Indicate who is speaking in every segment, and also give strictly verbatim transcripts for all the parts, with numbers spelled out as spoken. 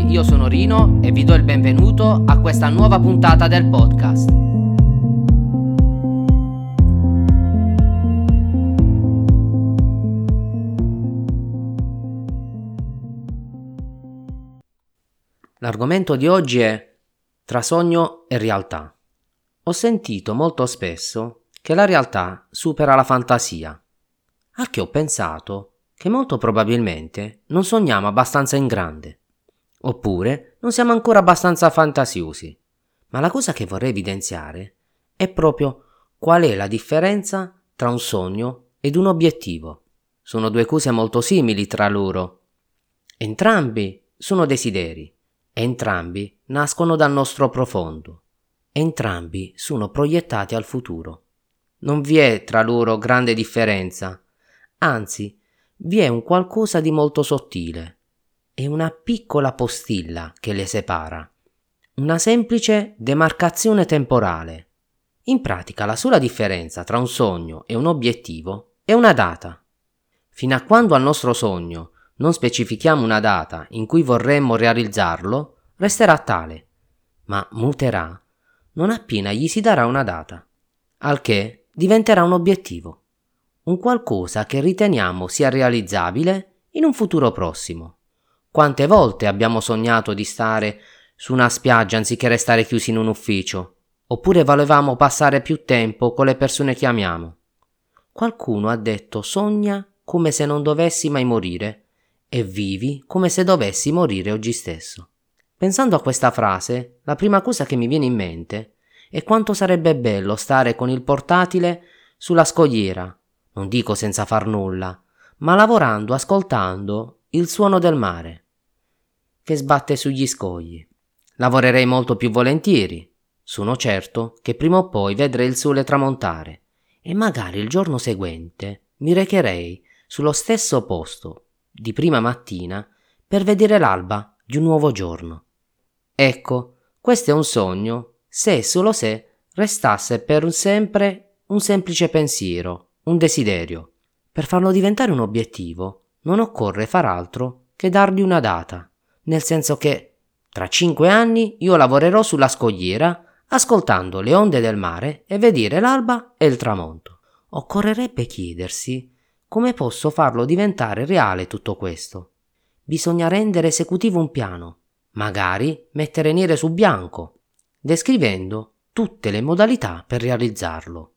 Speaker 1: io sono Rino e vi do il benvenuto a questa nuova puntata del podcast. L'argomento di oggi è tra sogno e realtà. Ho sentito molto spesso che la realtà supera la fantasia, al che ho pensato che molto probabilmente non sogniamo abbastanza in grande, oppure non siamo ancora abbastanza fantasiosi. Ma la cosa che vorrei evidenziare è proprio qual è la differenza tra un sogno ed un obiettivo. Sono due cose molto simili tra loro. Entrambi sono desideri. Entrambi nascono dal nostro profondo. Entrambi sono proiettati al futuro. Non vi è tra loro grande differenza, anzi, vi è un qualcosa di molto sottile. È una piccola postilla che le separa, una semplice demarcazione temporale. In pratica, la sola differenza tra un sogno e un obiettivo è una data. Fino a quando al nostro sogno non specifichiamo una data in cui vorremmo realizzarlo, resterà tale, ma muterà non appena gli si darà una data, al che diventerà un obiettivo, un qualcosa che riteniamo sia realizzabile in un futuro prossimo. Quante volte abbiamo sognato di stare su una spiaggia anziché restare chiusi in un ufficio, oppure volevamo passare più tempo con le persone che amiamo. Qualcuno ha detto: sogna come se non dovessi mai morire e vivi come se dovessi morire oggi stesso. Pensando a questa frase, la prima cosa che mi viene in mente è quanto sarebbe bello stare con il portatile sulla scogliera, non dico senza far nulla, ma lavorando, ascoltando il suono del mare che sbatte sugli scogli. Lavorerei molto più volentieri. Sono certo che prima o poi vedrei il sole tramontare e magari il giorno seguente mi recherei sullo stesso posto di prima mattina per vedere l'alba di un nuovo giorno. Ecco, questo è un sogno se e solo se restasse per sempre un semplice pensiero, un desiderio. Per farlo diventare un obiettivo non occorre far altro che dargli una data, nel senso che tra cinque anni io lavorerò sulla scogliera ascoltando le onde del mare e vedere l'alba e il tramonto. Occorrerebbe chiedersi come posso farlo diventare reale tutto questo. Bisogna rendere esecutivo un piano, magari mettere nero su bianco, descrivendo tutte le modalità per realizzarlo.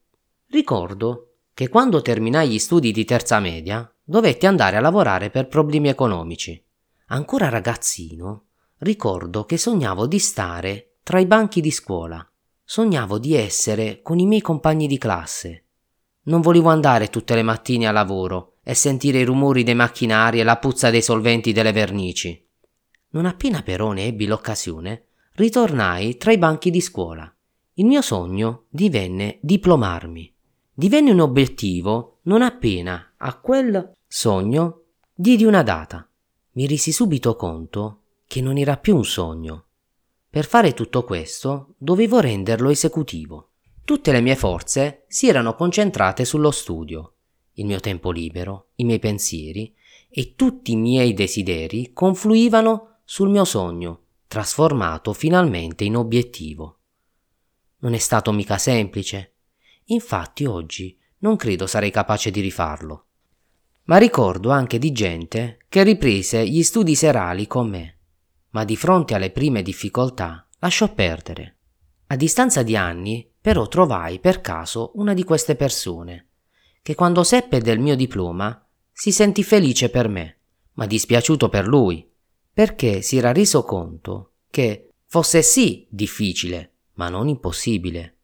Speaker 1: Ricordo che quando terminai gli studi di terza media dovetti andare a lavorare per problemi economici. Ancora ragazzino, ricordo che sognavo di stare tra i banchi di scuola. Sognavo di essere con i miei compagni di classe. Non volevo andare tutte le mattine a lavoro e sentire i rumori dei macchinari e la puzza dei solventi delle vernici. Non appena però ne ebbi l'occasione, ritornai tra i banchi di scuola. Il mio sogno divenne diplomarmi. Divenne un obiettivo non appena a quel sogno diedi una data. Mi resi subito conto che non era più un sogno. Per fare tutto questo dovevo renderlo esecutivo. Tutte le mie forze si erano concentrate sullo studio, il mio tempo libero, i miei pensieri e tutti i miei desideri confluivano sul mio sogno, trasformato finalmente in obiettivo. Non è stato mica semplice, infatti oggi non credo sarei capace di rifarlo. Ma ricordo anche di gente che riprese gli studi serali con me, ma di fronte alle prime difficoltà lasciò perdere. A distanza di anni, però, trovai per caso una di queste persone, che quando seppe del mio diploma si sentì felice per me, ma dispiaciuto per lui, perché si era reso conto che fosse sì difficile, ma non impossibile.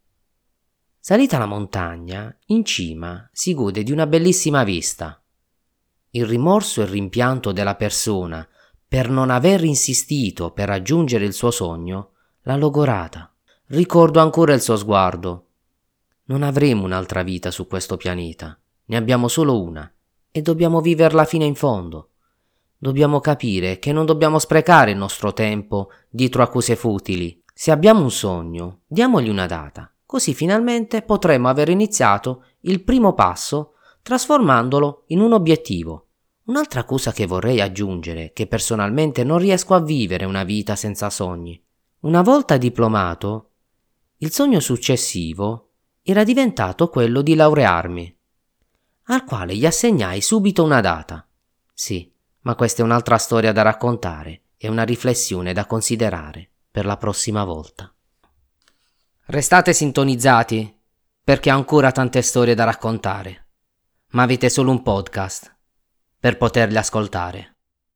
Speaker 1: Salita la montagna, in cima si gode di una bellissima vista. Il rimorso e il rimpianto della persona per non aver insistito per raggiungere il suo sogno l'ha logorata. Ricordo ancora il suo sguardo. Non avremo un'altra vita su questo pianeta, ne abbiamo solo una e dobbiamo viverla fino in fondo. Dobbiamo capire che non dobbiamo sprecare il nostro tempo dietro a cose futili. Se abbiamo un sogno, diamogli una data, così finalmente potremo aver iniziato il primo passo trasformandolo in un obiettivo, Un'altra cosa che vorrei aggiungere è che personalmente non riesco a vivere una vita senza sogni. Una volta diplomato, il sogno successivo era diventato quello di laurearmi, al quale gli assegnai subito una data. Sì, ma questa è un'altra storia da raccontare e una riflessione da considerare per la prossima volta. Restate sintonizzati perché ho ancora tante storie da raccontare, ma avete solo un podcast per poterle ascoltare.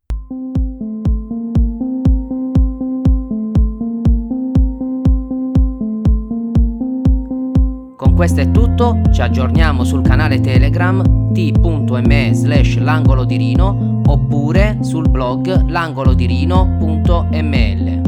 Speaker 1: Con questo è tutto, ci aggiorniamo sul canale Telegram t.me slash l'angolo di Rino oppure sul blog langolodirino punto emme elle.